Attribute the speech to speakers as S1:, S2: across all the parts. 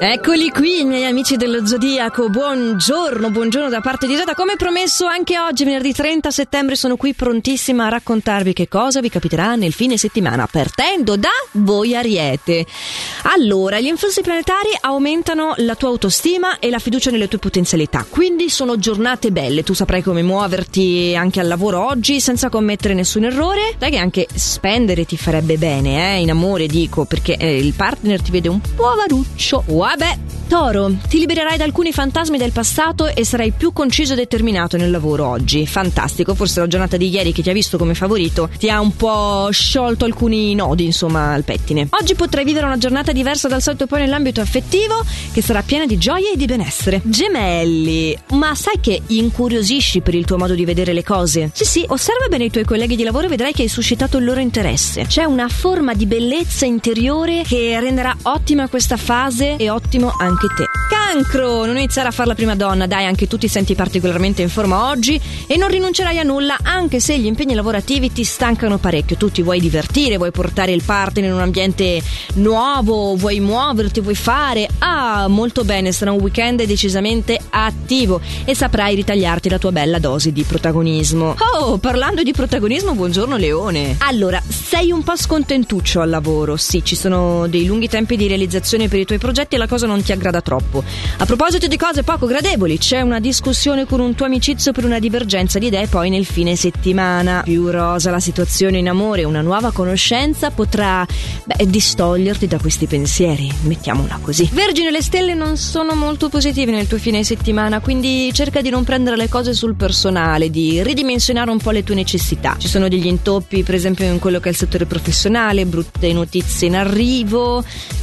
S1: Eccoli qui, miei amici dello Zodiaco, buongiorno da parte di Giada. Come promesso, anche oggi, venerdì 30 settembre, sono qui prontissima a raccontarvi che cosa vi capiterà nel fine settimana, partendo da voi Ariete. Allora, gli influssi planetari aumentano la tua autostima e la fiducia nelle tue potenzialità, quindi sono giornate belle. Tu saprai come muoverti anche al lavoro oggi senza commettere nessun errore. Dai che anche spendere ti farebbe bene, in amore dico, perché il partner ti vede un po' avaruccio. Vabbè. Toro, ti libererai da alcuni fantasmi del passato e sarai più conciso e determinato nel lavoro oggi. Fantastico, forse la giornata di ieri che ti ha visto come favorito ti ha un po' sciolto alcuni nodi, insomma, al pettine. Oggi potrai vivere una giornata diversa dal solito poi nell'ambito affettivo, che sarà piena di gioia e di benessere. Gemelli, ma sai che incuriosisci per il tuo modo di vedere le cose? Sì, osserva bene i tuoi colleghi di lavoro e vedrai che hai suscitato il loro interesse. C'è una forma di bellezza interiore che renderà ottima questa fase e ottimo anche te. Cancro, non iniziare a far la prima donna, dai, anche tu ti senti particolarmente in forma oggi e non rinuncerai a nulla, anche se gli impegni lavorativi ti stancano parecchio. Tu ti vuoi divertire, vuoi portare il partner in un ambiente nuovo, vuoi muoverti, vuoi fare. Molto bene, sarà un weekend decisamente attivo e saprai ritagliarti la tua bella dose di protagonismo. Parlando di protagonismo, buongiorno Leone. Allora, sei un po' scontentuccio al lavoro, sì, ci sono dei lunghi tempi di realizzazione per i tuoi progetti e la cosa non ti aggrada troppo. A proposito di cose poco gradevoli, c'è una discussione con un tuo amicizio per una divergenza di idee poi nel fine settimana. Più rosa la situazione in amore, una nuova conoscenza potrà distoglierti da questi pensieri, mettiamola così. Vergine, le stelle non sono molto positive nel tuo fine settimana, quindi cerca di non prendere le cose sul personale, di ridimensionare un po' le tue necessità. Ci sono degli intoppi, per esempio in quello che è il settore professionale, brutte notizie in arrivo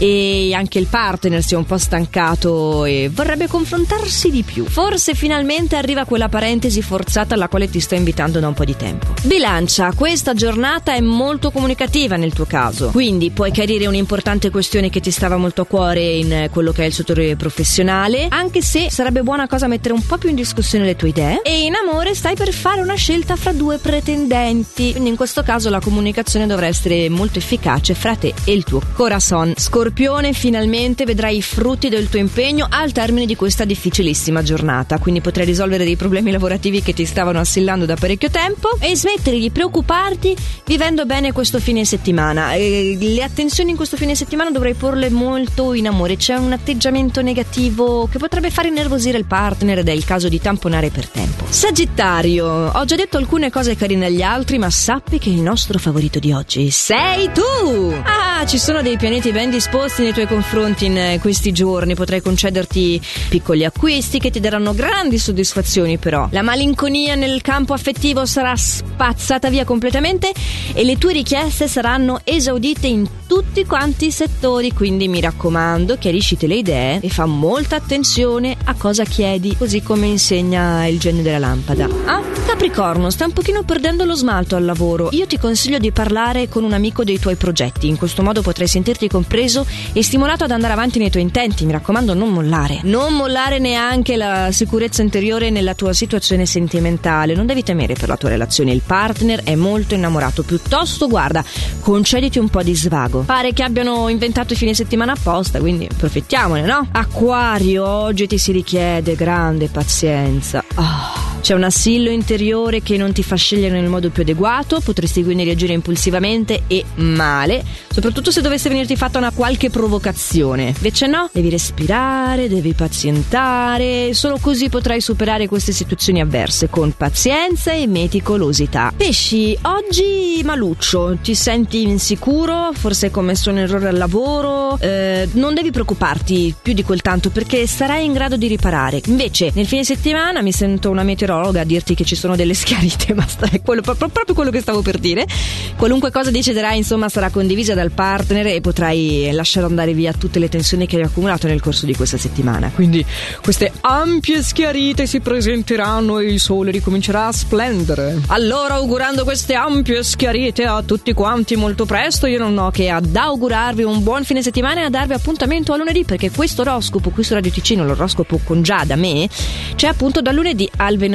S1: e anche il partner si è un po' stancato e vorrebbe confrontarsi di più. Forse finalmente arriva quella parentesi forzata alla quale ti sto invitando da un po' di tempo. Bilancia, questa giornata è molto comunicativa nel tuo caso, quindi puoi chiarire un'importante questione che ti stava molto a cuore in quello che è il settore professionale, anche se sarebbe buona cosa mettere un po' più in discussione le tue idee. E in amore stai per fare una scelta fra due pretendenti, quindi in questo caso la comunicazione dovrà essere molto efficace fra te e il tuo corazon. Scorpione, finalmente vedrai i frutti del tuo impegno al termine di questa difficilissima giornata, quindi potrai risolvere dei problemi lavorativi che ti stavano assillando da parecchio tempo e smettere di preoccuparti vivendo bene questo fine settimana. Le attenzioni in questo fine settimana dovrai porle molto in amore. C'è un atteggiamento negativo che potrebbe far innervosire il partner ed è il caso di tamponare per tempo. Sagittario, ho già detto alcune cose carine agli altri, ma sappi che il nostro favorito di oggi sei tu! Ci sono dei pianeti ben disposti nei tuoi confronti in questi giorni, potrai concederti piccoli acquisti che ti daranno grandi soddisfazioni, però la malinconia nel campo affettivo sarà spazzata via completamente e le tue richieste saranno esaudite in tutti quanti i settori, quindi mi raccomando, chiarisciti le idee e fa molta attenzione a cosa chiedi, così come insegna il genio della lampada. Capricorno, stai un pochino perdendo lo smalto al lavoro. Io ti consiglio di parlare con un amico dei tuoi progetti, in questo modo potrai sentirti compreso e stimolato ad andare avanti nei tuoi intenti. Mi raccomando, non mollare neanche la sicurezza interiore nella tua situazione sentimentale. Non devi temere per la tua relazione, il partner è molto innamorato, piuttosto guarda, concediti un po' di svago. Pare che abbiano inventato i fine settimana apposta, quindi approfittiamone, no? Acquario, oggi ti si richiede grande pazienza. C'è un assillo interiore che non ti fa scegliere nel modo più adeguato, potresti quindi reagire impulsivamente e male, soprattutto se dovesse venirti fatta una qualche provocazione. Invece no, devi respirare, devi pazientare, solo così potrai superare queste situazioni avverse con pazienza e meticolosità. Pesci, oggi maluccio, ti senti insicuro, forse hai commesso un errore al lavoro, non devi preoccuparti più di quel tanto perché sarai in grado di riparare. Invece nel fine settimana mi sento una meteorologa a dirti che ci sono delle schiarite, ma è proprio quello che stavo per dire. Qualunque cosa deciderai, insomma, sarà condivisa dal partner e potrai lasciare andare via tutte le tensioni che hai accumulato nel corso di questa settimana. Quindi queste ampie schiarite si presenteranno e il sole ricomincerà a splendere. Allora, augurando queste ampie schiarite a tutti quanti molto presto, io non ho che ad augurarvi un buon fine settimana e a darvi appuntamento a lunedì, perché questo oroscopo qui su Radio Ticino, l'oroscopo con Giada, me, c'è appunto dal lunedì al venerdì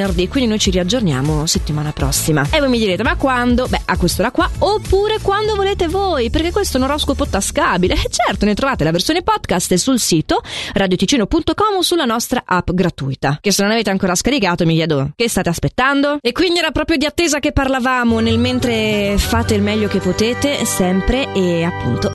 S1: venerdì, quindi noi ci riaggiorniamo settimana prossima. E voi mi direte, ma quando? Beh, a quest'ora qua, oppure quando volete voi, perché questo è un oroscopo tascabile. Certo, ne trovate la versione podcast sul sito radioticino.com o sulla nostra app gratuita, che se non avete ancora scaricato mi chiedo, che state aspettando? E quindi era proprio di attesa che parlavamo, nel mentre fate il meglio che potete sempre, e appunto